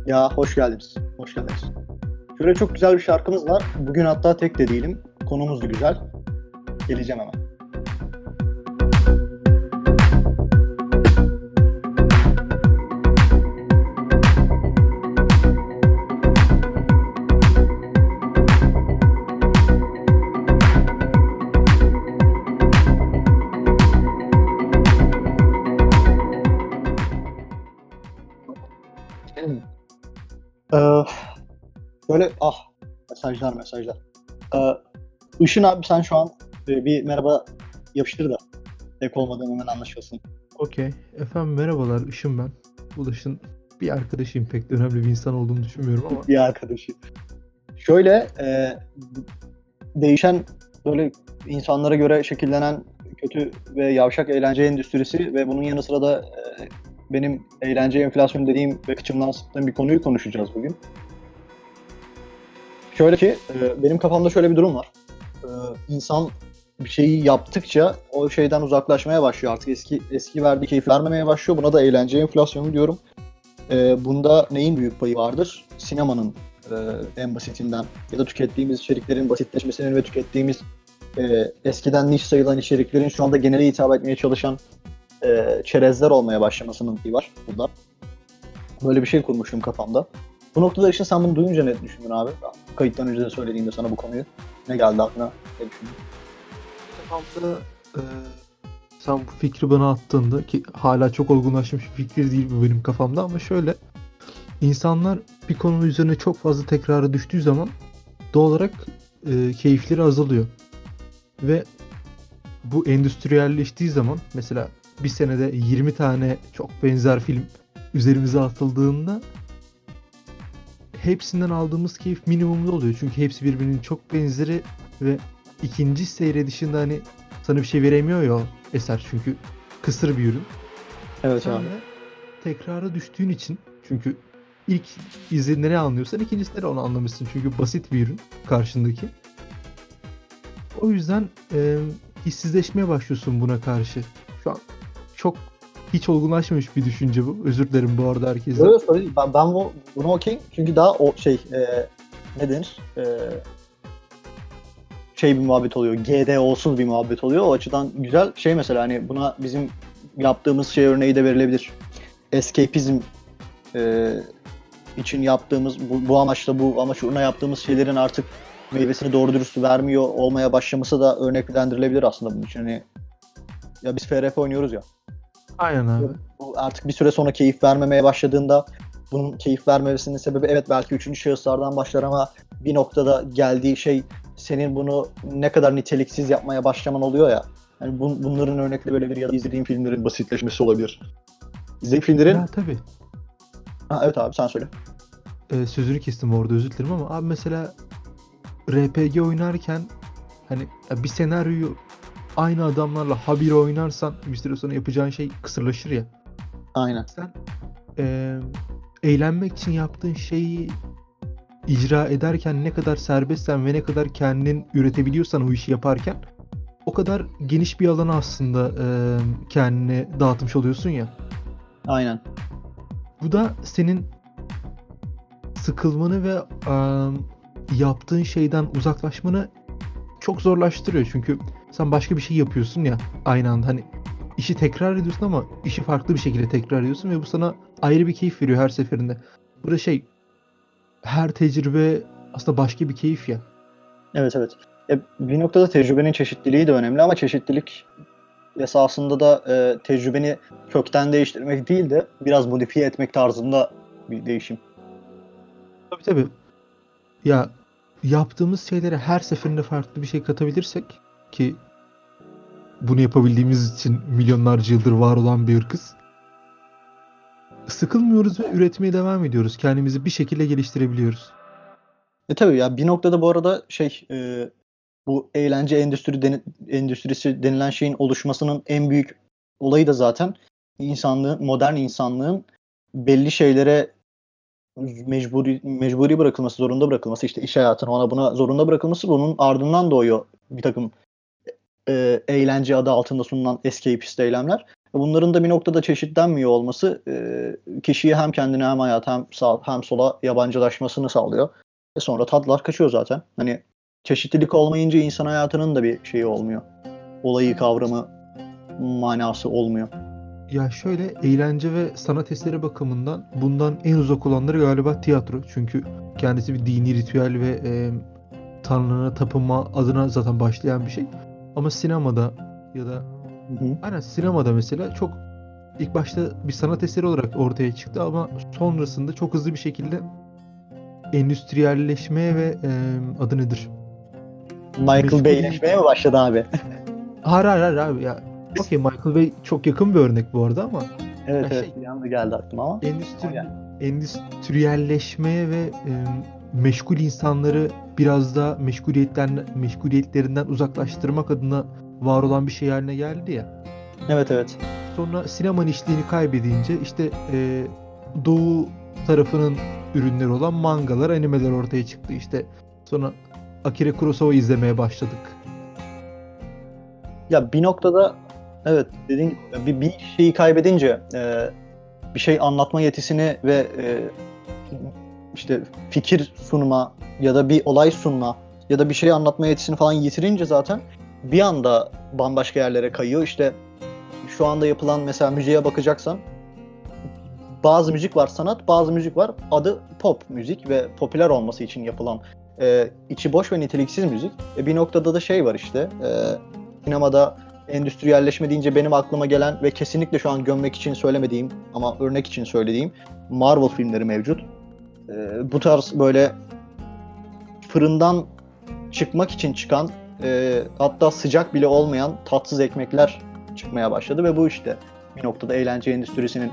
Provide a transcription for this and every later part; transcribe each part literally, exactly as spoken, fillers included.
Ya hoş geldiniz. Hoş geldiniz. Şöyle çok güzel bir şarkımız var. Bugün hatta tek de değilim. Konumuz da güzel. Geleceğim hemen. Ee, Böyle ah mesajlar mesajlar. Ee, Işın abi sen şu an e, bir merhaba yapıştır da tek olmadığın hemen anlaşılsın. Okey. Efendim merhabalar, Işın ben. Ulaş'ın bir arkadaşıyım. Pek de önemli bir insan olduğunu düşünmüyorum ama. Bir arkadaşı. Şöyle e, değişen böyle insanlara göre şekillenen kötü ve yavşak eğlence endüstrisi ve bunun yanı sıra da e, benim eğlence enflasyonu dediğim ve kıçımdan sıktığım bir konuyu konuşacağız bugün. Şöyle ki e, benim kafamda şöyle bir durum var. E, insan bir şeyi yaptıkça o şeyden uzaklaşmaya başlıyor. Artık eski eski verdiği keyif vermemeye başlıyor. Buna da eğlence enflasyonu diyorum. E, bunda neyin büyük payı vardır? Sinemanın e, en basitinden ya da tükettiğimiz içeriklerin basitleşmesinin ve tükettiğimiz e, eskiden niş sayılan içeriklerin şu anda genele hitap etmeye çalışan e, çerezler olmaya başlamasının payı var burada. Böyle bir şey kurmuşum kafamda. Bu noktada işte sen bunu duyunca ne düşündün abi? Kayıttan önce de söylediğimde sana bu konuyu. Ne geldi aklına? Ne düşündün? Kafamda e, sen bu fikri bana attığında ki hala çok olgunlaşmış bir fikir değil bu benim kafamda ama şöyle insanlar bir konu üzerine çok fazla tekrara düştüğü zaman doğal olarak e, keyifleri azalıyor. Ve bu endüstriyelleştiği zaman mesela bir senede yirmi tane çok benzer film üzerimize atıldığında hepsinden aldığımız keyif minimumda oluyor. Çünkü hepsi birbirinin çok benzeri ve ikinci seyredişinde hani sana bir şey veremiyor ya o eser çünkü kısır bir ürün. Evet Sen abi. de tekrara düştüğün için çünkü ilk izlediğinde ne anlıyorsan ikincisinde de onu anlamışsın. Çünkü basit bir ürün karşındaki. O yüzden e, hissizleşmeye başlıyorsun buna karşı. Şu an çok hiç olgunlaşmamış bir düşünce bu. Özür dilerim bu arada herkesten. Öyle söyleyeyim. Ben, ben bu, bunu okeyim. Çünkü daha o şey e, ne denir? E, şey bir muhabbet oluyor. G D O'suz bir muhabbet oluyor. O açıdan güzel. Şey mesela hani buna bizim yaptığımız şey örneği de verilebilir. Escapizm e, için yaptığımız bu, bu amaçla bu amaç uğruna yaptığımız şeylerin artık meyvesini doğru dürüst vermiyor olmaya başlaması da örneklendirilebilir aslında bunun için. Hani ya biz F R P oynuyoruz ya. Aynen abi. Bu artık bir süre sonra keyif vermemeye başladığında bunun keyif vermemesinin sebebi evet belki üçüncü şahıslardan başlar ama bir noktada geldiği şey senin bunu ne kadar niteliksiz yapmaya başlaman oluyor ya. Yani bun, bunların örnekleri böyle bir ya da izlediğim filmlerin basitleşmesi olabilir. İzlediğim filmlerin... Ya tabii. Ha, evet abi sen söyle. Ee, sözünü kestim orada özür dilerim ama abi mesela R P G oynarken hani bir senaryoyu aynı adamlarla habire oynarsan bir süre sonra yapacağın şey kısırlaşır ya. Aynen. Sen e, eğlenmek için yaptığın şeyi icra ederken ne kadar serbestsen ve ne kadar kendin üretebiliyorsan o işi yaparken o kadar geniş bir alana aslında e, kendini dağıtmış oluyorsun ya. Aynen. Bu da senin sıkılmanı ve e, yaptığın şeyden uzaklaşmanı çok zorlaştırıyor. Çünkü sen başka bir şey yapıyorsun ya aynı anda. Hani işi tekrar ediyorsun ama işi farklı bir şekilde tekrar ediyorsun ve bu sana ayrı bir keyif veriyor her seferinde. Bu da şey her tecrübe aslında başka bir keyif ya. Evet evet. Ya, bir noktada tecrübenin çeşitliliği de önemli ama çeşitlilik esasında da e, tecrübeni kökten değiştirmek değil de biraz modifiye etmek tarzında bir değişim. Tabii tabii. Ya yaptığımız şeylere her seferinde farklı bir şey katabilirsek ki bunu yapabildiğimiz için milyonlarca yıldır var olan bir ırkız. Sıkılmıyoruz ve üretmeye devam ediyoruz. Kendimizi bir şekilde geliştirebiliyoruz. E tabii ya bir noktada bu arada şey e, bu eğlence endüstri deni- endüstrisi denilen şeyin oluşmasının en büyük olayı da zaten insanlığın, modern insanlığın belli şeylere mecburi mecburi bırakılması, zorunda bırakılması, işte iş hayatına ona buna zorunda bırakılması, bunun ardından doğuyor bir takım e, eğlence adı altında sunulan escapist eylemler. Bunların da bir noktada çeşitlenmiyor olması e, kişiyi hem kendine hem hayata hem sağ hem sola yabancılaşmasını sağlıyor. Ve sonra tadlar kaçıyor zaten. Hani çeşitlilik olmayınca insan hayatının da bir şeyi olmuyor. Olayı, kavramı, manası olmuyor. Ya şöyle, eğlence ve sanat eseri bakımından bundan en uzak olanları galiba tiyatro. Çünkü kendisi bir dini ritüel ve e, tanrına tapınma adına zaten başlayan bir şey. Ama sinemada ya da Hı hı. aynen sinemada mesela çok ilk başta bir sanat eseri olarak ortaya çıktı ama sonrasında çok hızlı bir şekilde endüstriyelleşmeye ve e, adı nedir? Michael Meşgul- Bay'leşmeye mi başladı abi? Hayır hayır hayır abi ya. Okey, Michael Bay çok yakın bir örnek bu arada ama Evet Ya evet, şey- bir anda geldi aklıma ama. endüstri, Yani. endüstriyelleşmeye ve e, meşgul insanları biraz daha meşguliyetten meşguliyetlerinden uzaklaştırmak adına var olan bir şey haline geldi ya. Evet evet. Sonra sinemanın işliğini kaybedince işte e, doğu tarafının ürünleri olan mangalar, animeler ortaya çıktı. İşte sonra Akira Kurosawa izlemeye başladık. Ya bir noktada evet, dediğin gibi bir, bir şeyi kaybedince e, bir şey anlatma yetisini ve e, işte fikir sunma ya da bir olay sunma ya da bir şey anlatma yetisini falan yitirince zaten bir anda bambaşka yerlere kayıyor. İşte şu anda yapılan mesela müziğe bakacaksan bazı müzik var sanat, bazı müzik var adı pop müzik ve popüler olması için yapılan e, içi boş ve niteliksiz müzik. E, bir noktada da şey var işte e, sinemada endüstriyelleşme deyince benim aklıma gelen ve kesinlikle şu an gömmek için söylemediğim ama örnek için söylediğim Marvel filmleri mevcut. E, bu tarz böyle fırından çıkmak için çıkan e, hatta sıcak bile olmayan tatsız ekmekler çıkmaya başladı ve bu işte bir noktada eğlence endüstrisinin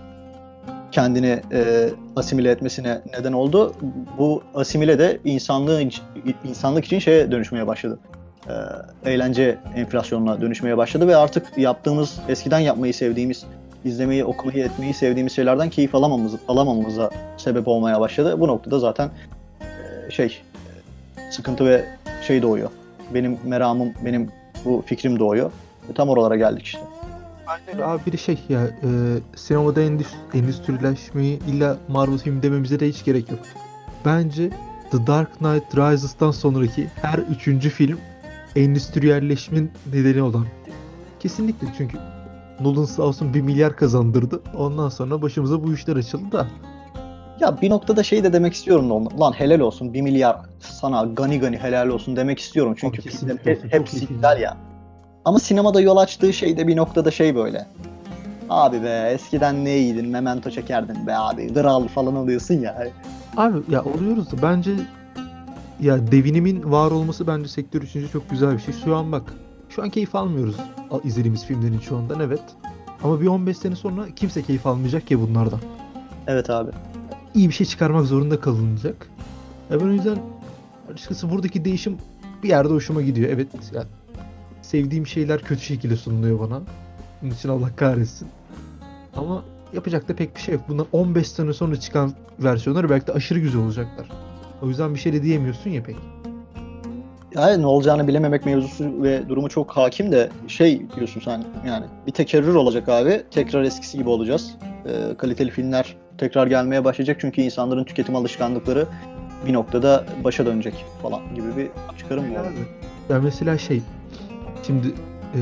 kendini e, asimile etmesine neden oldu. Bu asimile de insanlığın insanlık için şeye dönüşmeye başladı. E, eğlence enflasyonuna dönüşmeye başladı ve artık yaptığımız, eskiden yapmayı sevdiğimiz, izlemeyi, okumayı, etmeyi sevdiğimiz şeylerden keyif alamamız, alamamamıza sebep olmaya başladı. Bu noktada zaten e, şey e, sıkıntı ve şey doğuyor. Benim meramım, benim bu fikrim doğuyor. E, tam oralara geldik işte. Aynen abi, bir de şey ya e, sinemada endüstri, endüstrileşmeyi illa Marvel film dememize de hiç gerek yok. Bence The Dark Knight Rises'tan sonraki her üçüncü film endüstriyelleşmenin nedeni olan. Kesinlikle, çünkü Nolan sağ olsun bir milyar kazandırdı. Ondan sonra başımıza bu işler açıldı da. Ya bir noktada şey de demek istiyorum da ondan. Lan helal olsun bir milyar sana gani gani helal olsun demek istiyorum. Çünkü Abi filmlerin kesinlikle hep, olsun, çok hepsi iyi film. güzel ya. Ama sinemada yol açtığı şey de bir noktada şey böyle. Abi be eskiden ne iyiydin, Memento çekerdin be abi. Kral falan oluyorsun ya. Abi ya oluyoruz da bence ya devinimin var olması bence sektör için çok güzel bir şey. Şu an bak, şu an keyif almıyoruz a- izlediğimiz filmlerin çoğundan, evet. Ama bir on beş sene sonra kimse keyif almayacak ya bunlardan. Evet abi. İyi bir şey çıkarmak zorunda kalınacak. Ya ben o yüzden açıkçası buradaki değişim bir yerde hoşuma gidiyor. Evet ya, sevdiğim şeyler kötü şekilde sunuluyor bana. Bunun için Allah kahretsin. Ama yapacak da pek bir şey yok. Bundan on beş sene sonra çıkan versiyonları belki de aşırı güzel olacaklar. O yüzden bir şey de diyemiyorsun ya pek. Yani ne olacağını bilememek mevzusu ve durumu çok hakim de şey diyorsun sen, yani bir tekerrür olacak abi. Tekrar eskisi gibi olacağız. Ee, kaliteli filmler tekrar gelmeye başlayacak çünkü insanların tüketim alışkanlıkları bir noktada başa dönecek falan gibi bir çıkarım var. Ya mesela şey, şimdi eee,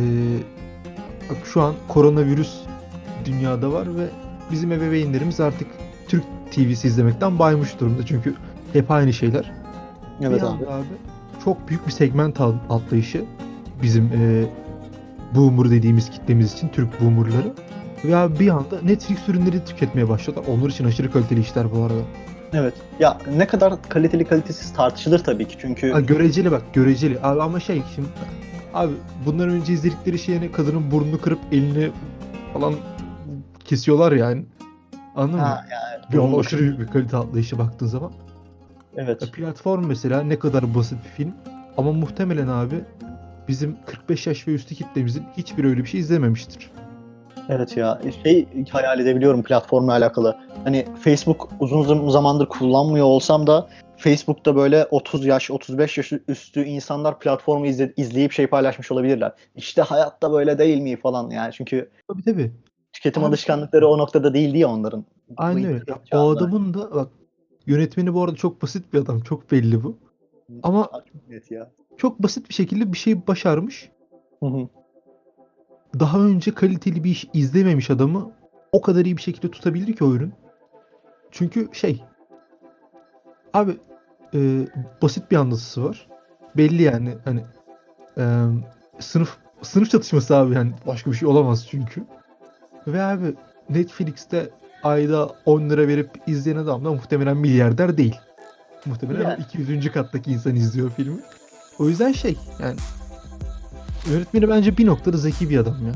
bak şu an koronavirüs dünyada var ve bizim ebeveynlerimiz artık Türk T V'si izlemekten baymış durumda, çünkü hep aynı şeyler. Evet Bir abi. anda abi çok büyük bir segment al- atlayışı bizim eee boomer dediğimiz kitlemiz için, Türk boomerları. Ve abi bir anda Netflix ürünleri tüketmeye başladılar. Onlar için aşırı kaliteli işler bu arada. Evet. Ya ne kadar kaliteli kalitesiz tartışılır tabii ki çünkü Ha, göreceli bak, göreceli. Abi ama şey şimdi abi bundan önce izledikleri şey yani kadının burnunu kırıp elini falan kesiyorlar yani. Anladın mı? ha, yani Bir bunun anda bakın- aşırı büyük bir kalite atlayışı baktığın zaman. evet. Ya platform mesela ne kadar basit bir film ama muhtemelen abi bizim kırk beş yaş ve üstü kitlemizin hiçbir öyle bir şey izlememiştir. Evet ya şey hayal edebiliyorum platformla alakalı. Hani Facebook uzun zam- zamandır kullanmıyor olsam da Facebook'ta böyle otuz yaş, otuz beş yaş üstü insanlar platformu izle, izleyip şey paylaşmış olabilirler. İşte hayatta böyle değil mi falan yani çünkü Tabii tabii. tüketim Abi, alışkanlıkları o noktada değildi ya onların. Bu aynen öyle. Ya, internet o çağında. adamın da bak, yönetmeni bu arada çok basit bir adam. Çok belli bu. Ama Çok net ya. çok basit bir şekilde bir şey başarmış. Hı hı. Daha önce kaliteli bir iş izlememiş adamı o kadar iyi bir şekilde tutabildi ki o ürün. Çünkü şey abi, e, basit bir anlatısı var. Belli yani, hani e, sınıf sınıf çatışması abi, yani başka bir şey olamaz çünkü. Ve abi Netflix'te ayda on lira verip izleyen adam da muhtemelen milyarder değil. Muhtemelen o Yani. iki yüzüncü kattaki insan izliyor filmi. O yüzden şey yani, yönetmeni bence bir noktada zeki bir adam ya.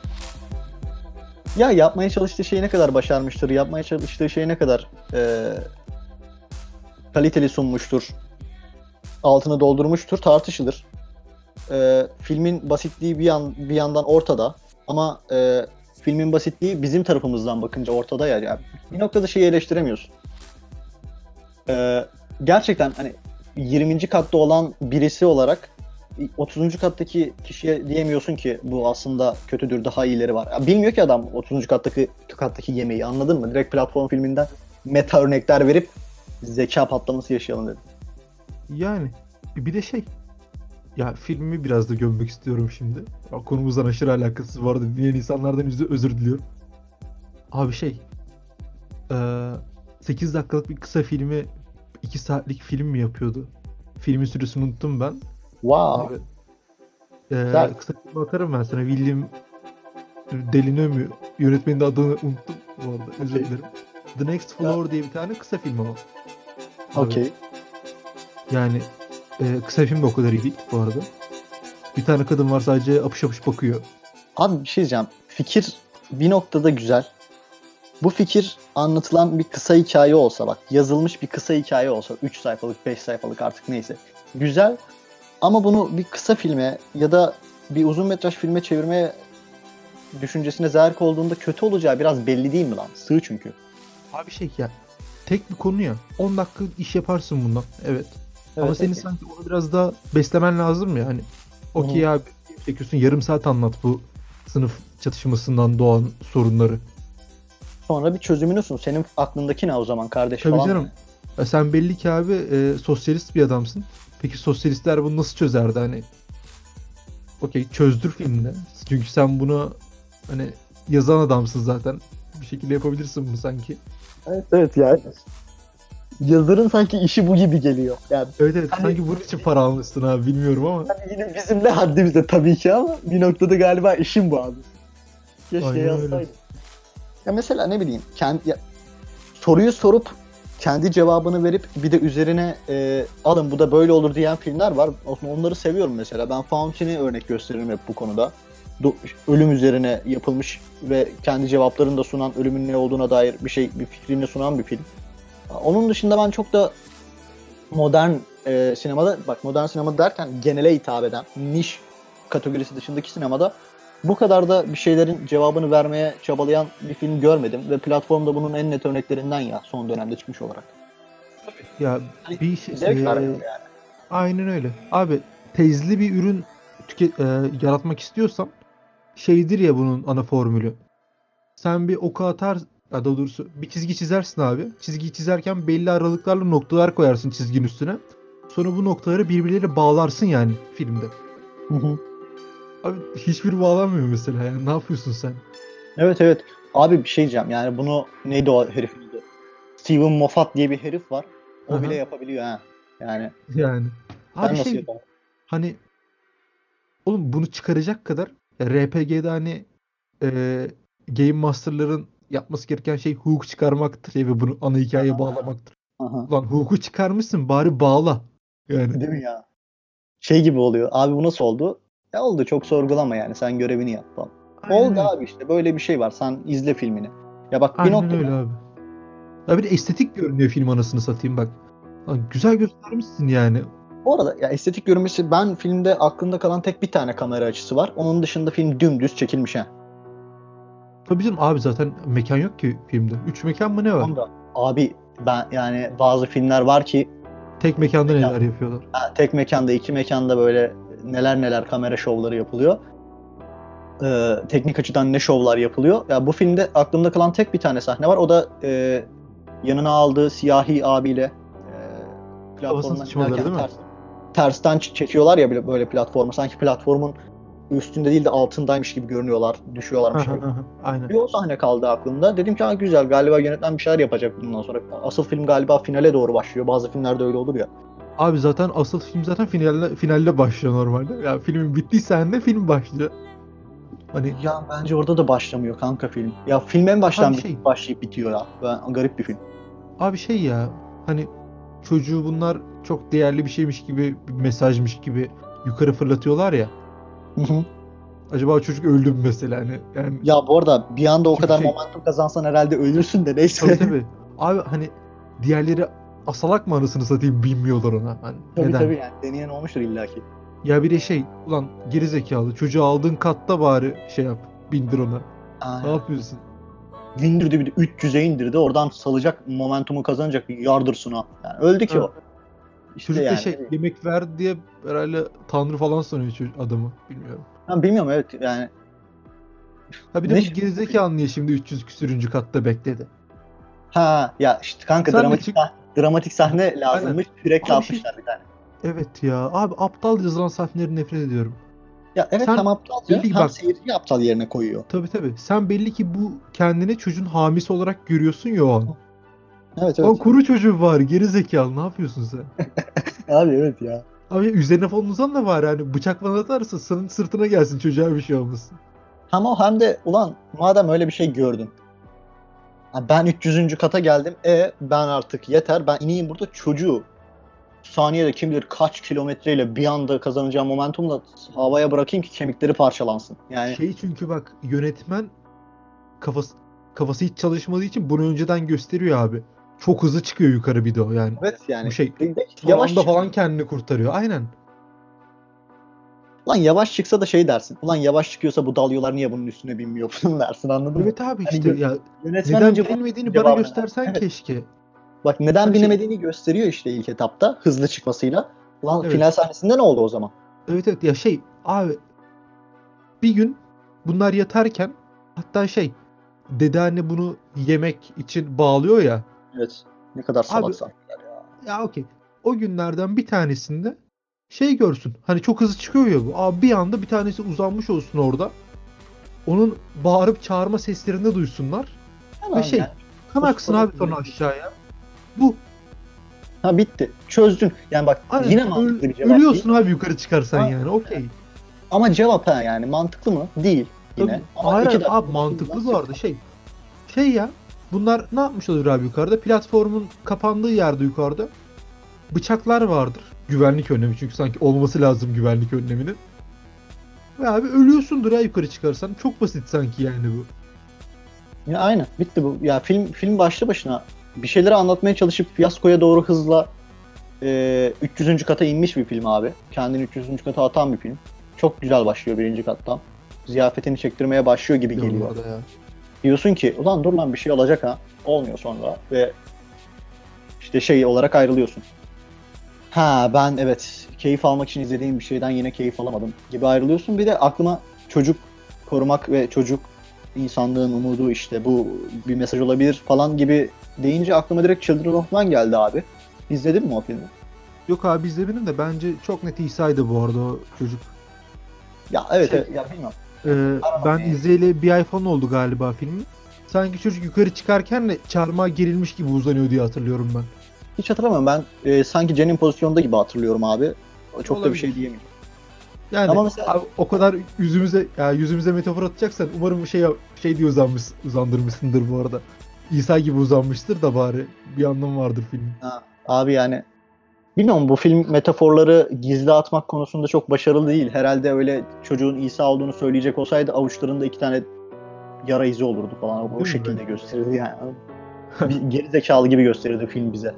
Ya yapmaya çalıştığı şeyi ne kadar başarmıştır, yapmaya çalıştığı şeyi ne kadar e, kaliteli sunmuştur, altını doldurmuştur tartışılır. E, filmin basitliği bir yan bir yandan ortada ama e, filmin basitliği bizim tarafımızdan bakınca ortada ya. Yani bir noktada şeyi eleştiremiyorsun. E, gerçekten hani yirminci katta olan birisi olarak otuzuncu kattaki kişiye diyemiyorsun ki bu aslında kötüdür, daha iyileri var. Ya bilmiyor ki adam otuzuncu kattaki kattaki yemeği, anladın mı? Direkt platform filminden meta örnekler verip zeka patlaması yaşayalım dedim. Yani bir de şey, ya filmi biraz da gömmek istiyorum şimdi. Ya, konumuzdan aşırı alakasız, bu arada dinleyen insanlardan özür, özür diliyorum. Abi şey, eee, sekiz dakikalık bir kısa filmi iki saatlik film mi yapıyordu? Filmin süresini unuttum ben. Wow. Abi eee Güzel. kısa film atarım ben sana. William Delaney, yönetmenin de adını unuttum bu arada, özür Okey. dilerim. The Next Floor diye bir tane kısa film ama. Abi Okey. yani eee, kısa film de o kadar iyi değil bu arada. Bir tane kadın var, sadece apış apış bakıyor. Abi bir şey diyeceğim. Fikir bir noktada güzel. Bu fikir anlatılan bir kısa hikaye olsa, bak yazılmış bir kısa hikaye olsa, üç sayfalık, beş sayfalık artık neyse. Güzel ama bunu bir kısa filme ya da bir uzun metraj filme çevirmeye düşüncesine zerk olduğunda kötü olacağı biraz belli değil mi lan? Sığ çünkü. Abi şey ya, tek bir konu ya. on dakika iş yaparsın bundan. Evet. Ama Evet, senin peki. sanki onu biraz daha beslemen lazım ya. Hani Hı okey hı. abi, çekiyorsun yarım saat anlat bu sınıf çatışmasından doğan sorunları. Sonra bir çözümünü sun. Senin aklındaki ne o zaman kardeş Tabii falan canım. mı? Ya sen belli ki abi e, sosyalist bir adamsın. Peki sosyalistler bunu nasıl çözerdi hani? Okey, çözdür filmde. Çünkü sen bunu hani yazan adamsın zaten. Bir şekilde yapabilirsin bunu sanki. Evet, evet yani. Yazarın sanki işi bu gibi geliyor. Yani Evet evet, hani, sanki bunun için para almışsın abi, bilmiyorum ama. hani yine bizim ne haddimize tabii ki ama bir noktada galiba işim bu abi. Keşke Aynen öyle. yazsaydım. Ya mesela ne bileyim, kendi ya, soruyu sorup kendi cevabını verip bir de üzerine e, alın bu da böyle olur diyen filmler var. Onları seviyorum mesela. Ben Fountain'i örnek gösteririm hep bu konuda. Do- ölüm üzerine yapılmış ve kendi cevaplarını da sunan, ölümün ne olduğuna dair bir şey, bir fikrini sunan bir film. Onun dışında ben çok da modern e, sinemada, bak modern sinema derken genele hitap eden, niş kategorisi dışındaki sinemada bu kadar da bir şeylerin cevabını vermeye çabalayan bir film görmedim ve platformda bunun en net örneklerinden ya son dönemde çıkmış olarak. Ya Hani bir şey, zevk e, vermiyor yani. aynen öyle. Abi tezli bir ürün tüke- e, yaratmak istiyorsan şeydir ya bunun ana formülü. Sen bir oku atar, ya daha doğrusu bir çizgi çizersin abi. Çizgiyi çizerken belli aralıklarla noktalar koyarsın çizginin üstüne. Sonra bu noktaları birbirleriyle bağlarsın yani filmde. Hı hı. Abi hiçbir bağlanmıyor mesela, yani ne yapıyorsun sen? Evet, evet. Abi bir şey diyeceğim. Yani bunu neydi o herifin adı? Steven Moffat diye bir herif var. O bile Aha, yapabiliyor ha. Yani yani. Abi sen nasıl şey, yaparsın? hani oğlum bunu çıkaracak kadar ya, R P G'de hani e, Game Master'ların yapması gereken şey hook çıkarmaktır ya, ve bunu ana hikayeye bağlamaktır. Aha. Ulan hook'u çıkarmışsın, bari bağla. Yani Değil mi ya? Şey gibi oluyor. Abi bu nasıl oldu? Ya oldu, çok sorgulama yani, sen görevini yap falan. aynen Oldu öyle. abi, işte böyle bir şey var. Sen izle filmini. Ya bak bir Aynen noktada öyle abi. Ya bir de estetik görünüyor film, anasını satayım bak. Lan güzel göstermişsin yani. bu arada ya estetik görünmesi, ben filmde aklımda kalan tek bir tane kamera açısı var. Onun dışında film dümdüz çekilmiş ha. Tabii canım abi, zaten mekan yok ki filmde. Üç mekan mı ne var? Tamam da abi ben yani bazı filmler var ki Tek mekanda Mekan. neler yapıyorlar. Ha, tek mekanda, iki mekanda böyle neler neler kamera şovları yapılıyor. Ee, teknik açıdan ne şovlar yapılıyor. Ya bu filmde aklımda kalan tek bir tane sahne var. O da e, yanına aldığı siyahi abiyle e, Kafasını platformdan sıçmaları inerken değil mi? ters, tersten ç- çekiyorlar ya böyle, böyle platformu. Sanki platformun üstünde değil de altındaymış gibi görünüyorlar. Düşüyorlarmış gibi. Aynen. Bir o sahne kaldı aklımda. Dedim ki ha, güzel, galiba yönetmen bir şeyler yapacak bundan sonra. Asıl film galiba finale doğru başlıyor. Bazı filmlerde öyle olur ya. Abi zaten asıl film zaten finalle, finalle başlıyor normalde. Ya filmin bittiği sahnede film başlıyor. Hani Ya bence orada da başlamıyor kanka film. Ya film en baştan abi bit- şey, başlayıp bitiyor ya. Ben, garip bir film. abi şey ya hani çocuğu bunlar çok değerli bir şeymiş gibi, bir mesajmış gibi yukarı fırlatıyorlar ya. Hı hı. Acaba o çocuk öldü mü mesela hani yani Ya bu arada bir anda o çünkü kadar şey momentum kazansan herhalde ölürsün de tabii neyse. tabii. Abi hani diğerleri asalak mı anasını satayım bilmiyorlar ona. Hani Tabii neden? tabii, yani deneyen olmuştur illaki. Ya bir de şey ulan geri zekalı çocuğu aldığın katta bari şey yap bindir ona. Ne Aynen. yapıyorsun? İndirdi, bir de üç yüze indirdi. Oradan salacak, momentumu kazanacak, yardırsın ha. Yani öldü ki Ha, o. İşte çocuk da yani. şey yemek ver diye herhalde tanrı falan sanıyor çocuk, adamı bilmiyorum. Ben bilmiyorum, evet yani. Ha bir de Ne bu şimdi bu film? gerizekalı niye şimdi üç yüz küsürüncü katta bekledi? Ha ya işte kanka, Sen de dramatik çık. sah- dramatik sahne Aynen. lazımmış. Sürekli Abi şey atmışlar bir tane. evet ya abi aptal yazılan sahneleri nefret ediyorum. Ya evet, Sen hem aptalca belli ki hem bak seyirciyi aptal yerine koyuyor. tabii tabii sen belli ki bu kendine çocuğun hamisi olarak görüyorsun ya o an. Evet Lan evet. kuru çocuğu var geri zekalı ne yapıyorsun sen? Abi evet ya. Abi üzerine falan uzan da var hani bıçak falan atarsa senin sırtına gelsin çocuğa bir şey olmasın. Hem o hem de ulan madem öyle bir şey gördün. Ha, ben üç yüzüncü kata geldim. E ben artık yeter. Ben ineyim burada, çocuğu saniyede kim bilir kaç kilometreyle bir anda kazanacağım momentumla havaya bırakayım ki kemikleri parçalansın. Yani Şey çünkü bak yönetmen kafası kafası hiç çalışmadığı için bunu önceden gösteriyor abi. Çok hızlı çıkıyor yukarı bir de o yani. evet Bu yani. şey De- de- son yavaş anda çık. falan kendini kurtarıyor. Aynen. Ulan yavaş çıksa da şey dersin. Ulan yavaş çıkıyorsa bu dalyolar niye bunun üstüne binmiyor falan dersin, anladın mı? Evet abi Hani işte yö- ya yönetmen neden önce bunun bilinmediğini bana cevabını ver. göstersen Evet. keşke. Bak neden Hani şey binemediğini gösteriyor işte ilk etapta hızlı çıkmasıyla. Ulan evet. final sahnesinde ne oldu o zaman? Evet evet ya şey abi bir gün bunlar yatarken hatta şey dede anne bunu yemek için bağlıyor ya. Evet. Ne kadar Abi salak sahneler ya. ya okey. O günlerden bir tanesinde şey görsün. Hani çok hızlı çıkıyor ya bu. Abi bir anda bir tanesi uzanmış olsun orada. Onun bağırıp çağırma seslerini de duysunlar. Ve Tamam şey yani. kan aksın Ustalık abi gibi. sonra aşağıya. Bu. Ha bitti. Çözdün. Yani bak Aynen. yine Öl- mantıklı bir cevap değil. ölüyorsun abi yukarı çıkarsan Ama, yani. Okey. ama cevap ha yani mantıklı mı? Değil yine. Tabii. Ama Hayır iki hayır, dakika abi mantıklı konuşulmaz bu arada şey. Şey ya. Bunlar ne yapmış olur abi yukarıda? Platformun kapandığı yerde yukarıda bıçaklar vardır. Güvenlik önlemi çünkü sanki olması lazım güvenlik önleminin. Ve abi ölüyorsundur ya yukarı çıkarsan. Çok basit sanki yani bu. Ya aynen. Bitti bu. Ya film film başlı başına bir şeyleri anlatmaya çalışıp fiyaskoya doğru hızla e, üç yüzüncü kata inmiş bir film abi. Kendini üç yüzüncü kata atan bir film. Çok güzel başlıyor birinci kattan. Ziyafetini çektirmeye başlıyor gibi Ya geliyor. orada ya. Diyorsun ki ulan dur lan bir şey olacak ha. Olmuyor sonra ve işte şey olarak ayrılıyorsun. Ha ben evet keyif almak için izlediğim bir şeyden yine keyif alamadım gibi ayrılıyorsun. Bir de aklıma çocuk korumak ve çocuk insanlığın umudu, işte bu bir mesaj olabilir falan gibi deyince aklıma direkt Children of Men geldi abi. İzledin mi o filmi? Yok abi izlemedim de bence çok net İsa'ydı bu arada o çocuk. Ya evet, Şey, evet ya bilmiyorum. Ee, ben izleyeli bir ay falan oldu galiba filmin. Sanki çocuk yukarı çıkarken de çarmıha gerilmiş gibi uzanıyor diye hatırlıyorum ben. Hiç hatırlamıyorum, ben e, sanki Jen'in pozisyonunda gibi hatırlıyorum abi. Çok da bir şey Olabilir. diyemeyeceğim. Yani Ama mesela abi, o kadar yüzümüze ya yüzümüze metafor atacaksan umarım şey şey diye uzanmış uzandırmışsındır bu arada. İsa gibi uzanmıştır da bari bir anlamı vardır filmin. ha, abi yani bilmiyorum, bu film metaforları gizli atmak konusunda çok başarılı değil. Herhalde öyle çocuğun İsa olduğunu söyleyecek olsaydı avuçlarında iki tane yara izi olurdu falan. O, o Değil mi şekilde be? gösterirdi yani. Bir geri zekalı gibi gösterirdi film bize.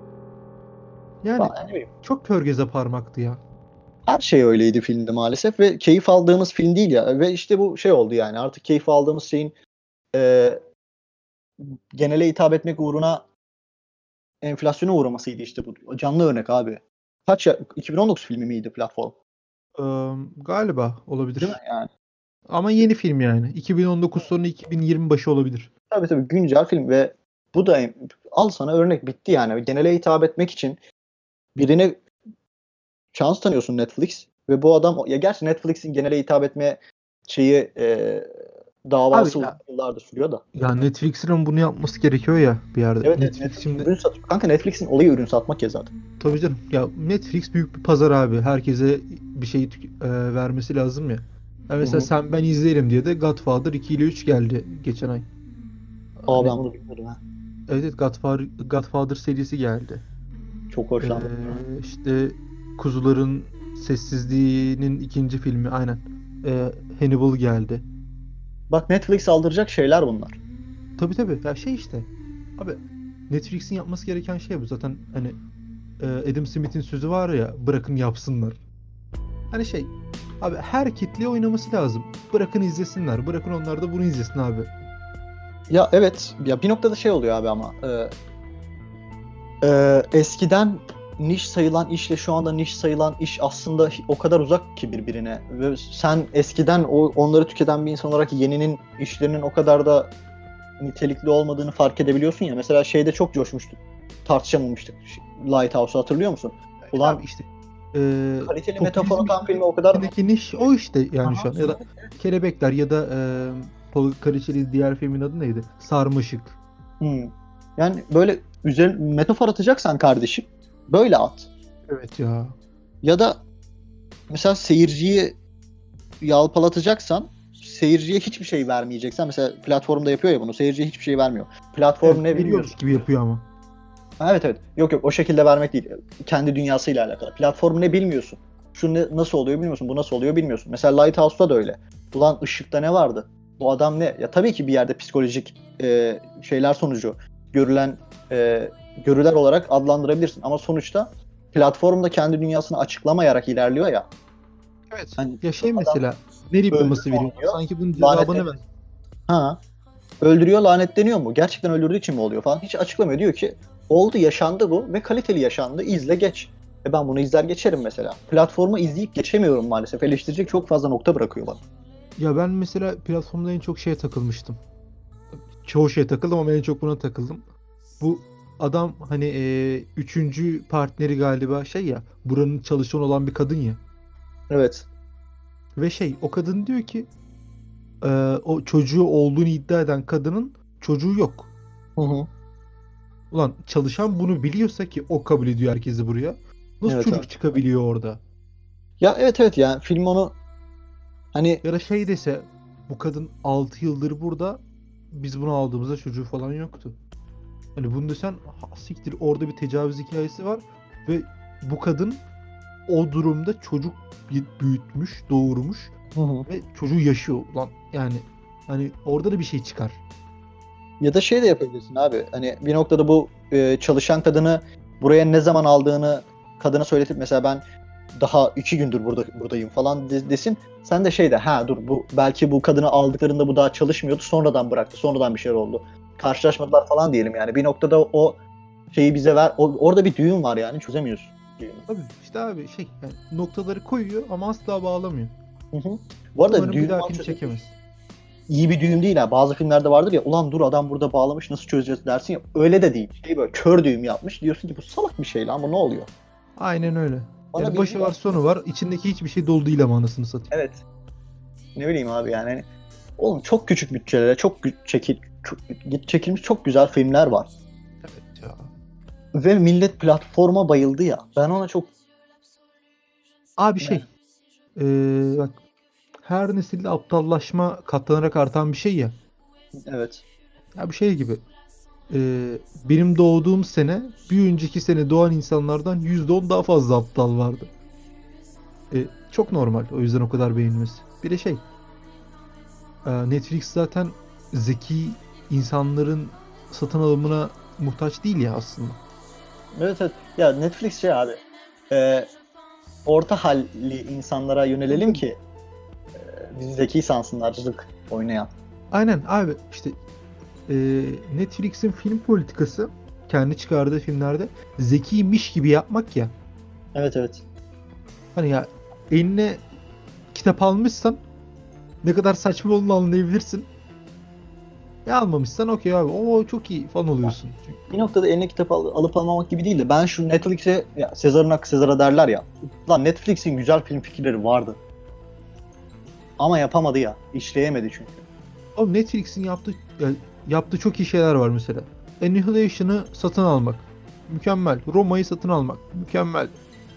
Yani Falan, ne bileyim. çok kör göze parmaktı ya. Her şey öyleydi filmde maalesef ve keyif aldığımız film değil ya. Ve işte bu şey oldu yani, artık keyif aldığımız şeyin e, genele hitap etmek uğruna enflasyona uğramasıydı işte bu. Canlı örnek abi. Kaç ya? iki bin on dokuz filmi miydi Platform? Ee, galiba Değil mi olabilir. yani? Ama yeni film yani. iki bin on dokuz sonu iki bin yirmi başı olabilir. Tabii tabii güncel film ve bu da al sana örnek bitti yani. Genele hitap etmek için birine şans tanıyorsun Netflix ve bu adam ya gerçi Netflix'in genele hitap etme şeyi e, davası Abi ya, yıllardır sürüyor da. ya Netflix'in bunu yapması gerekiyor ya bir yerde. Evet, evet Netflix Netflix şimdi ürün satıyor. Kanka Netflix'in olayı ürün satmak ya zaten. tabii canım. Ya Netflix büyük bir pazar abi. Herkese bir şey tük- e, vermesi lazım ya. Ya Hı mesela hı. sen ben izleyelim diye de Godfather iki ile üç geldi geçen ay. Aa Hani ben bunu bilmiyordum ha. evet, evet, Godfather, Godfather serisi geldi. Çok Ee, hoşlandım. işte Kuzuların Sessizliği'nin ikinci filmi aynen. Ee, Hannibal geldi. Bak Netflix aldıracak şeyler bunlar. Tabii tabii. Ya şey işte. Abi Netflix'in yapması gereken şey bu. Zaten hani e, Adam Smith'in sözü var ya, bırakın yapsınlar. Hani şey abi, her kitle oynaması lazım. Bırakın izlesinler. Bırakın onlar da bunu izlesin abi. Ya evet ya bir noktada şey oluyor abi ama e, e, eskiden niş sayılan işle şu anda niş sayılan iş aslında o kadar uzak ki birbirine. Ve sen eskiden o onları tüketen bir insan olarak yeninin işlerinin o kadar da nitelikli olmadığını fark edebiliyorsun ya. Mesela şeyde çok coşmuştuk. Tartışamamıştık. Lighthouse'u hatırlıyor musun? Ulan Abi işte e, kaliteli metafor popülizm atan filmi o kadar... içindeki niş o işte yani şu Aha. an. Ya da Kelebekler ya da e, Paul Karaçeli diğer filmin adı neydi? Sarmaşık. Hmm. Yani böyle üzerine metafor atacaksan kardeşim böyle at. Evet ya. Ya da mesela seyirciyi yalpalatacaksan seyirciye hiçbir şey vermeyeceksen mesela platformda yapıyor ya bunu seyirciye hiçbir şey vermiyor. Platform Evet, ne veriyormuş bilmiyorsun. gibi yapıyor ama. Ha, evet evet. Yok yok o şekilde vermek değil. Kendi dünyasıyla alakalı. Platform ne bilmiyorsun. Şu ne, nasıl oluyor bilmiyorsun. Bu nasıl oluyor bilmiyorsun. Mesela Lighthouse'da da öyle. Ulan ışıkta ne vardı? Bu adam ne? Ya tabii ki bir yerde psikolojik e, şeyler sonucu görülen e, görüler olarak adlandırabilirsin. Ama sonuçta platformda kendi dünyasını açıklamayarak ilerliyor ya. Evet. Hani Ya şey adam mesela ne diploması öldürüyor, veriyor? oluyor. Sanki bunun Lanet cevabını ver. ha, öldürüyor, lanetleniyor mu? Gerçekten öldürdüğü için mi oluyor falan? Hiç açıklamıyor. Diyor ki oldu, yaşandı bu ve kaliteli yaşandı. İzle geç. E ben bunu izler geçerim mesela. Platformu izleyip geçemiyorum maalesef. Eleştirecek çok fazla nokta bırakıyor bana. Ya ben mesela platformda en çok şeye takılmıştım. Çoğu şeye takıldım ama en çok buna takıldım. Bu adam hani e, üçüncü partneri galiba şey ya, buranın çalışan olan bir kadın ya. Evet. Ve şey, o kadın diyor ki e, o çocuğu olduğunu iddia eden kadının çocuğu yok. Hı hı. Ulan çalışan bunu biliyorsa ki o kabul ediyor herkesi buraya. Nasıl Evet evet. çocuk çıkabiliyor orada? Ya evet evet yani film onu hani Ya da şey dese, bu kadın altı yıldır burada, biz bunu aldığımızda çocuğu falan yoktu. Hani bunu desen, ha, siktir, orada bir tecavüz hikayesi var ve bu kadın o durumda çocuk büyütmüş, doğurmuş hı hı. ve çocuğu yaşıyor. Ulan yani hani orada da bir şey çıkar. Ya da şey de yapabilirsin abi. Hani bir noktada bu e, çalışan kadını buraya ne zaman aldığını kadına söyletip mesela ben daha iki gündür burada buradayım falan de- desin. Sen de şey de ha dur bu belki bu kadını aldıklarında bu daha çalışmıyordu. Sonradan bıraktı. Sonradan bir şeyler oldu. Karşılaşmadılar falan diyelim yani. Bir noktada o şeyi bize ver. O- orada bir düğüm var yani çözemiyorsun düğümü. Tabii işte abi şey, yani noktaları koyuyor ama asla bağlamıyor. Hı hı. Bu arada Umarım bir düğüm daha var film çözemiyorsun. çekemez. İyi bir düğüm değil ha. Bazı filmlerde vardır ya ulan dur adam burada bağlamış nasıl çözeceğiz dersin ya. Öyle de değil. Şey böyle kör düğüm yapmış. Diyorsun ki bu salak bir şey lan bu ne oluyor? Aynen öyle. Bana Yani bilgi başı var ver. sonu var. İçindeki hiçbir şey dolu değil ama anasını satayım. Evet. Ne bileyim abi yani. Hani, oğlum çok küçük bütçelere çok gü- çekil çok, çekilmiş çok güzel filmler var. Evet ya. Ve millet platforma bayıldı ya. Ben ona çok Abi şey, eee, bak, her nesilde aptallaşma katlanarak artan bir şey ya. evet. Ya bir şey gibi. Eee, benim doğduğum sene bir önceki sene doğan insanlardan yüzde on daha fazla aptal vardı. E, çok normal o yüzden o kadar beğenilmesi. Bir de şey, e, Netflix zaten zeki insanların satın alımına muhtaç değil ya aslında. Evet evet. Ya Netflix şey abi. E, orta halli insanlara Tabii, yönelelim tabii. ki e, bizi zeki sansınlarcılık oynayan. Aynen abi işte, e, Netflix'in film politikası kendi çıkardığı filmlerde zekiymiş gibi yapmak ya. Evet evet. Hani ya eline kitap almışsan ne kadar saçma olduğunu anlayabilirsin. Ya almamışsan okey abi. Oo çok iyi falan oluyorsun. Bir noktada eline kitap al- alıp almamak gibi değil de ben şu Netflix'e ya Sezar'ın hakkı Sezar'a derler ya. Lan Netflix'in güzel film fikirleri vardı. Ama yapamadı ya. İşleyemedi çünkü. Oğlum Netflix'in yaptığı ya, yaptığı çok iyi şeyler var mesela. Annihilation'ı satın almak. Mükemmel. Roma'yı satın almak. Mükemmel.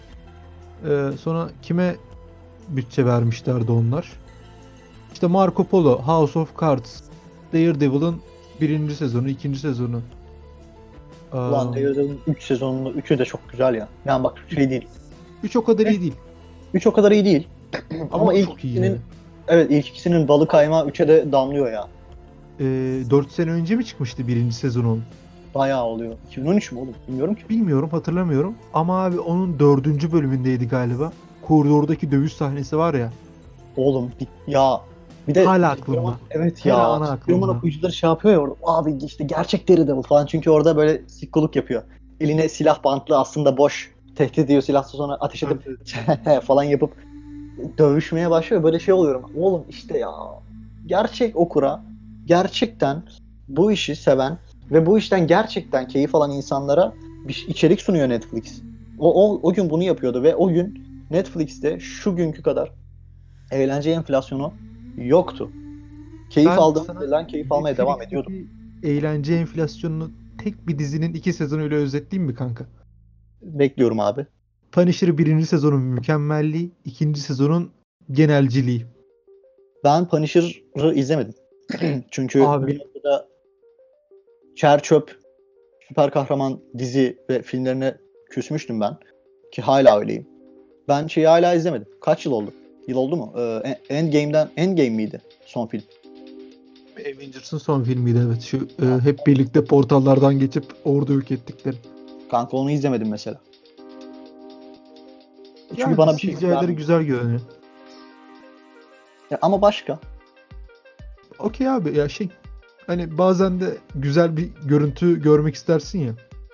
Ee, sonra kime bütçe vermişlerdi onlar? İşte Marco Polo, House of Cards, Daredevil'ın birinci sezonu, ikinci sezonu. Ulan Aa, Daredevil'ın üç sezonunu üçü de çok güzel ya. Yani bak şey değil. üç o kadar iyi değil. üç o kadar iyi değil. Ama, Ama ilk çok iyi ikisinin yani. evet ilk ikisinin balı kaymağı üçe de damlıyor ya. Ee, dört sene önce mi çıkmıştı birinci sezonu? Bayağı oluyor. iki bin on üç mü oğlum? Bilmiyorum ki. Bilmiyorum, hatırlamıyorum. Ama abi onun dördüncü bölümündeydi galiba. Koridordaki dövüş sahnesi var ya. Oğlum bir- ya bir de Hala aklımda. evet Her ya. an Roman aklımda. okuyucuları şey yapıyor ya orada. Abi işte gerçek Daredevil falan. Çünkü orada böyle sikkoluk yapıyor. Eline silah bantlı aslında boş. Tehdit ediyor silahla sonra ateş edip falan yapıp dövüşmeye başlıyor. Böyle şey oluyorum. Oğlum işte ya. Gerçek okura gerçekten bu işi seven ve bu işten gerçekten keyif alan insanlara bir içerik sunuyor Netflix. O, o, o gün bunu yapıyordu ve o gün Netflix'te şu günkü kadar eğlence enflasyonu yoktu. Keyif Ben aldığım sana şeylerden keyif almaya devam ediyordum. Netflix'teki eğlence enflasyonunu tek bir dizinin iki sezonuyla özetleyeyim mi kanka? Bekliyorum abi. Punisher birinci sezonun mükemmelliği, ikinci sezonun genelciliği. Ben Punisher'ı izlemedim. Çünkü Abi. bir noktada çer çöp süper kahraman dizi ve filmlerine küsmüştüm ben. Ki hala öyleyim. Ben şeyi hala izlemedim. Kaç yıl oldu? Yıl oldu mu? Ee, Endgame'den Endgame miydi son film? Avengers'ın son filmiydi evet. Şu e, hep birlikte portallardan geçip orada yok ettikleri. Kanka onu izlemedim mesela. Çünkü Yani bana bir şey C G I'leri vermiyor. güzel görünüyor. Ya ama başka. Okey abi ya şey hani bazen de güzel bir görüntü görmek istersin ya.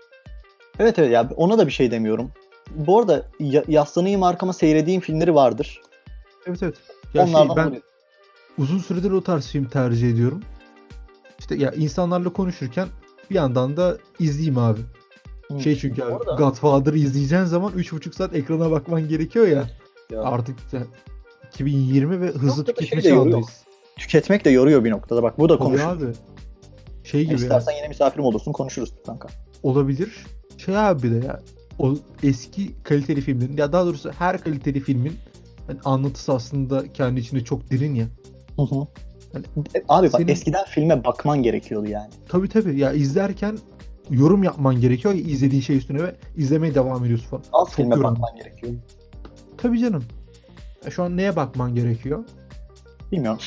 Evet evet ya ona da bir şey demiyorum. Bu arada ya- yaslanayım arkama seyredeyim filmleri vardır. Evet evet. Ya Onlardan şey ben oluyor. uzun süredir o tarz film tercih ediyorum. İşte ya insanlarla konuşurken bir yandan da izleyeyim abi. Hı. Şey çünkü abi Orada- Godfather'ı izleyeceğin zaman üç buçuk saat ekrana bakman gerekiyor ya. Ya. Artık işte iki bin yirmi ve hızlı Noktada tüketme şey de yoruyor. çağındayız. Tüketmek de yoruyor bir noktada. Bak bu da Tabii konuşuruz. abi. Şey gibi ya, İstersen yine misafirim olursun konuşuruz kanka. olabilir. Şey abi de ya o eski kaliteli filmlerin ya daha doğrusu her kaliteli filmin hani anlatısı aslında kendi içinde çok derin ya. Hı hı. Hani E, Abi bak senin- eskiden filme bakman gerekiyordu yani. Tabii tabii ya izlerken yorum yapman gerekiyor izlediğin şey üstüne ve izlemeye devam ediyorsun falan. Az Çok filme yorucu. bakman gerekiyor. Tabii canım. Ya şu an neye bakman gerekiyor? Bilmiyorum.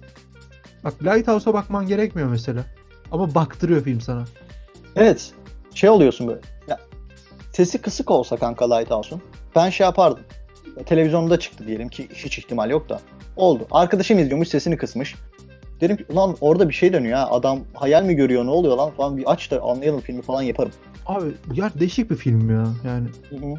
Bak Lighthouse'a bakman gerekmiyor mesela. Ama baktırıyor film sana. Evet. Şey oluyorsun böyle. Ya, sesi kısık olsa kanka Lighthouse'un. Ben şey yapardım. Televizyonda çıktı diyelim ki hiç ihtimal yok da. Oldu. Arkadaşım izliyormuş sesini kısmış. Dedim ki ulan orada bir şey dönüyor ha. Adam hayal mi görüyor ne oluyor lan falan bir aç da anlayalım filmi falan yaparım. Abi ya değişik bir film ya. Yani Hı hı.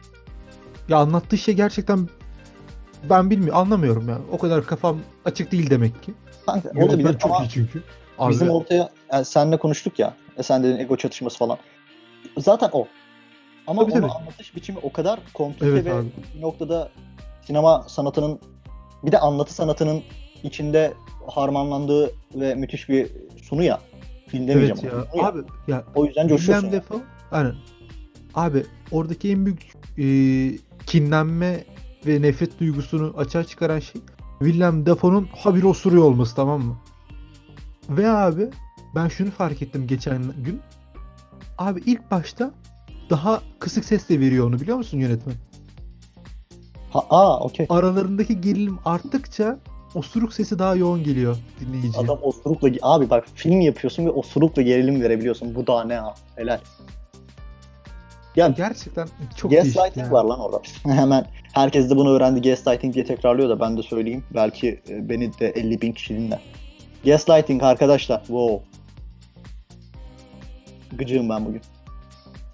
ya anlattığı şey gerçekten ben bilmiyorum anlamıyorum ya. O kadar kafam açık değil demek ki. Kanka, Yönetmen olabilir çok ama iyi çünkü. Abi, bizim ortaya yani seninle konuştuk ya. E sen dedin ego çatışması falan. Zaten o. Ama Tabii, onu tabii. anlatış biçimi o kadar komplike Evet ve abi. bir noktada sinema sanatının bir de anlatı sanatının içinde harmanlandığı ve müthiş bir sunu ya. Film demeyeceğim. Evet ama ya. sunu ya. Abi ya O yüzden coşuyorsun. Willem Dafoe aynen. Abi oradaki en büyük e, kinlenme ve nefret duygusunu açığa çıkaran şey Willem Dafoe'nun habire osuruyor olması, tamam mı? Ve abi ben şunu fark ettim geçen gün. Abi ilk başta daha kısık sesle veriyor onu, biliyor musun yönetmen? Ha, aa okey. Aralarındaki gerilim arttıkça osuruk sesi daha yoğun geliyor dinleyiciye. Adam osurukla abi bak film yapıyorsun ve osurukla gerilim verebiliyorsun. Bu daha ne ha? Helal. Ya Gerçekten çok değişik gaslighting ya. var lan orada. Hemen herkes de bunu öğrendi. Gaslighting diye tekrarlıyor da ben de söyleyeyim. Belki e, beni de elli bin kişi dinler. Gaslighting arkadaşlar. Wow. Gıcığım ben bugün.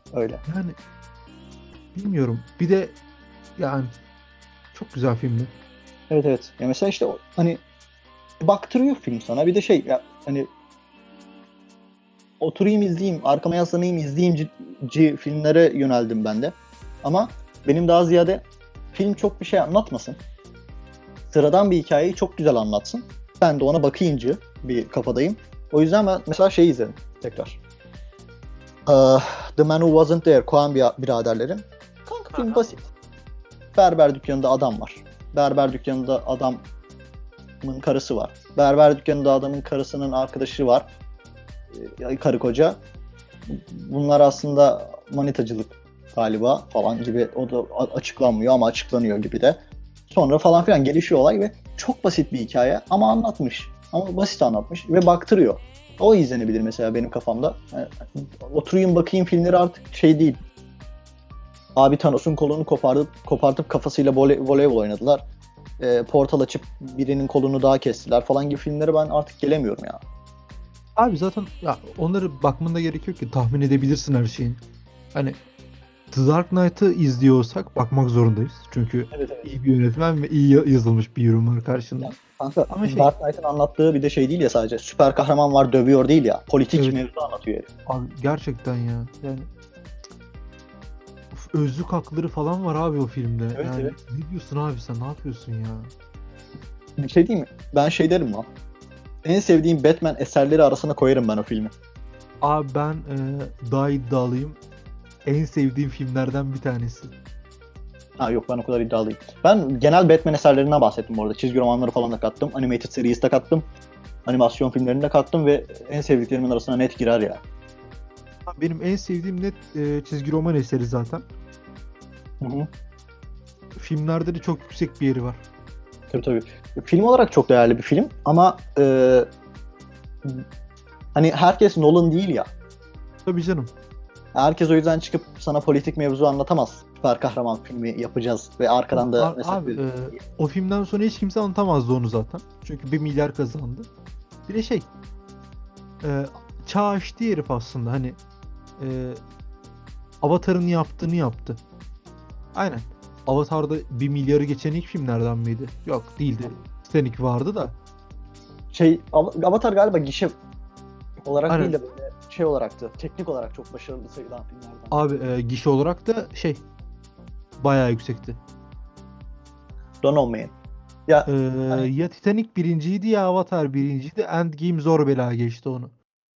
Öyle. Yani bilmiyorum. Bir de yani çok güzel filmdi. Evet evet. Ya mesela işte o- hani baktırıyor film sana. Bir de şey ya hani oturayım izleyeyim, arkama yaslanayım izleyeyim ci filmlere yöneldim ben de. Ama benim daha ziyade film çok bir şey anlatmasın. Sıradan bir hikayeyi çok güzel anlatsın. Ben de ona bakayımcı bir kafadayım. O yüzden ben mesela şey izledim tekrar. Ah, The Man Who Wasn't There, Coen bir- biraderlerin. Kanka film Aha. basit. Berber dükkanında adam var. Berber dükkanında adamın karısı var. Berber dükkanında adamın karısının arkadaşı var. Ee, Karı koca. Bunlar aslında manitacılık galiba falan gibi. O da a- açıklanmıyor ama açıklanıyor gibi de. Sonra falan filan gelişiyor olay ve çok basit bir hikaye ama anlatmış. Ama basit anlatmış ve baktırıyor. O izlenebilir mesela benim kafamda. Yani oturayım bakayım filmleri artık şey değil. Abi Thanos'un kolunu kopartıp, kopartıp kafasıyla voley, voleybol oynadılar. Ee, portal açıp birinin kolunu daha kestiler falan gibi filmlere ben artık gelemiyorum ya. Abi zaten ya onları bakman da gerekiyor ki tahmin edebilirsin her şeyin. Hani The Dark Knight'ı izliyorsak bakmak zorundayız. Çünkü Evet evet. iyi bir yönetmen ve iyi ya- yazılmış bir yorum var karşında. Ya, kanka Ama şey, Dark Knight'ın anlattığı bir de şey değil ya sadece. Süper kahraman var dövüyor değil ya. Politik evet mevzu anlatıyor herif. abi gerçekten ya. Yani of, özlük hakları falan var abi o filmde. Evet Yani evet. ne diyorsun abi sen? Ne yapıyorsun ya? Bir şey değil mi? Ben şey derim lan. En sevdiğim Batman eserleri arasına koyarım ben o filmi. Abi ben e, daha iddialıyım. En sevdiğim filmlerden bir tanesi. Ha yok ben o kadar iddialıyım. Ben genel Batman eserlerinden bahsettim bu arada. Çizgi romanları falan da kattım. Animated series de kattım. Animasyon filmlerini de kattım ve en sevdiklerimin arasına net girer ya. Benim en sevdiğim net e, çizgi roman eseri zaten. Hı hı. Filmlerde de çok yüksek bir yeri var. Tabii tabii. Film olarak çok değerli bir film ama e, hani herkes Nolan değil ya. Tabii canım. Herkes o yüzden çıkıp sana politik mevzu anlatamaz. Süper kahraman filmi yapacağız ve arkadan da A- mesela Abi e, o filmden sonra hiç kimse anlatamazdı onu zaten. Çünkü bir milyar kazandı. Bir de şey e, çağ aştı herif aslında. Hani e, Avatar'ın yaptığını yaptı. Aynen. Avatar'da bir milyarı geçen ilk filmlerden miydi? Yok değildi. Titanic vardı da. şey Av- Avatar galiba gişe olarak Aynen. değil de böyle şey olaraktı. Teknik olarak çok başarılı sayılan filmlerden. Abi e, gişe olarak da şey bayağı yüksekti. Don't know man. Ya E, hani ya Titanic birinciydi ya Avatar birinciydi. Endgame zor bela geçti onu.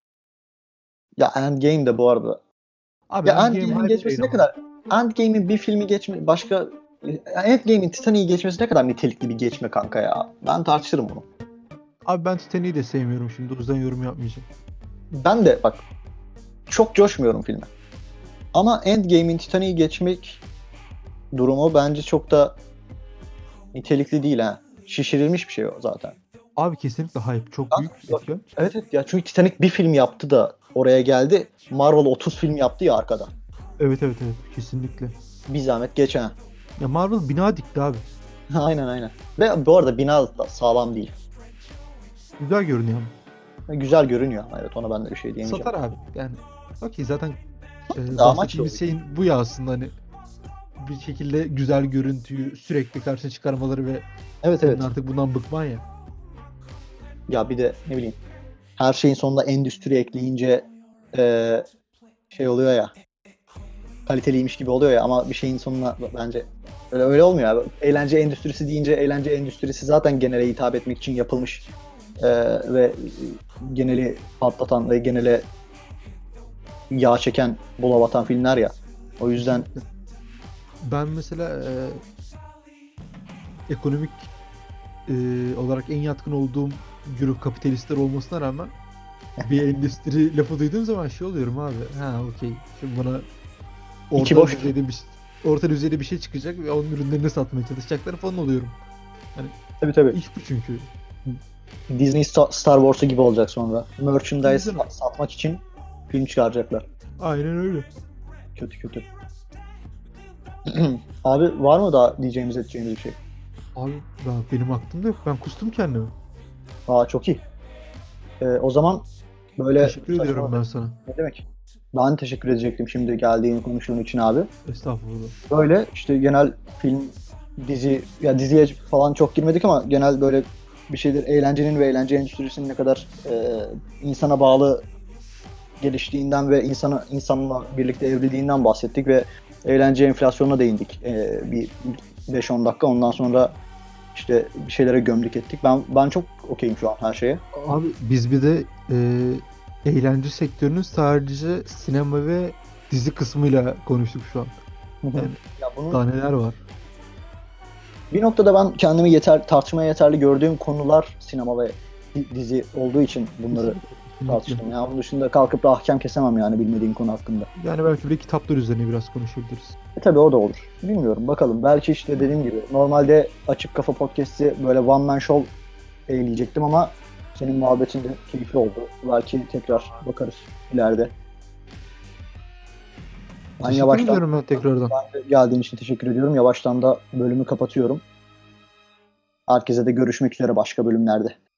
ya Endgame de bu arada. Abi Ya Endgame Endgame'in hype train geçmesi ne ama. kadar Endgame'in bir filmi geçme başka Endgame'in Titanic'i geçmesi ne kadar nitelikli bir geçme kanka ya. Ben tartışırım bunu. Abi ben Titanic'i de sevmiyorum şimdi. O yüzden yorum yapmayacağım. Ben de bak çok coşmuyorum filme. Ama Endgame'in Titanic'i geçmek durumu bence çok da nitelikli değil ha. Şişirilmiş bir şey o zaten. Abi kesinlikle hype çok Ha, büyük bir bak, etken. evet evet ya çünkü Titanic bir film yaptı da oraya geldi. Marvel otuz film yaptı ya arkada. Evet evet evet kesinlikle. Bir zahmet geç ha. Ya Marvel bina dikti abi. Aynen aynen. Ve bu arada bina da sağlam değil. Güzel görünüyor ama. Güzel görünüyor. Evet ona ben de bir şey diyemeyeceğim. Satar abi. Yani okey zaten e, Da amaç da bahsettiğimiz o. şeyin bu ya aslında hani bir şekilde güzel görüntüyü sürekli karşına çıkarmaları ve Evet senin evet. artık bundan bıkman ya. Ya bir de ne bileyim her şeyin sonunda endüstri ekleyince e, şey oluyor ya kaliteliymiş gibi oluyor ya ama bir şeyin sonuna bence öyle öyle olmuyor abi. Eğlence endüstrisi deyince eğlence endüstrisi zaten genele hitap etmek için yapılmış e, ve geneli patlatan ve genele yağ çeken bula batan filmler ya. O yüzden Ben mesela e, ekonomik e, olarak en yatkın olduğum güruh kapitalistler olmasına rağmen bir endüstri lafı duyduğum zaman şey oluyorum abi. Ha okey. Şimdi bana İki orta boş. düzeyde bir orta düzeyde bir şey çıkacak ve onun ürünlerini satmaya çalışacaklar falan oluyorum. Tabii tabii. İş bu çünkü. Disney Star Star Wars'u gibi olacak sonra. Merchandise Tabii canım. satmak için film çıkaracaklar. Aynen öyle. Kötü kötü. Abi var mı daha diyeceğimiz edeceğimiz bir şey? Abi ben, benim aklımda yok. Ben kustum kendimi. Aa çok iyi. Ee, o zaman böyle Teşekkür ediyorum ben sana. ne demek? Ben teşekkür edecektim şimdi geldiğin konuştuğun için abi. Estağfurullah. Böyle işte genel film, dizi, ya diziye falan çok girmedik ama genel böyle bir şeydir, eğlencenin ve eğlence endüstrisinin ne kadar e, insana bağlı geliştiğinden ve insana insanla birlikte evrildiğinden bahsettik ve eğlence enflasyonuna değindik e, bir beş on dakika. Ondan sonra işte bir şeylere gömdük ettik. Ben ben çok okeyim şu an her şeye. Abi biz bir de e, eğlence sektörünün sadece sinema ve dizi kısmıyla konuştuk şu an. Yani Ya bunun daha neler var? bir noktada ben kendimi yeter tartışmaya yeterli gördüğüm konular sinema ve di- dizi olduğu için bunları Kesinlikle. tartıştım. Ya bunun dışında kalkıp da ahkam kesemem yani bilmediğim konu hakkında. Yani belki bir de kitaplar üzerine biraz konuşabiliriz. E tabii o da olur. Bilmiyorum bakalım. Belki işte dediğim gibi normalde Açık Kafa Podcast'i böyle one man show eğleyecektim ama senin muhabbetin de keyifli oldu. Belki tekrar bakarız ileride. Ben Teşekkür yavaştan ediyorum ben tekrardan. ben de geldiğin için teşekkür ediyorum. Yavaştan da bölümü kapatıyorum. Herkese de görüşmek üzere başka bölümlerde.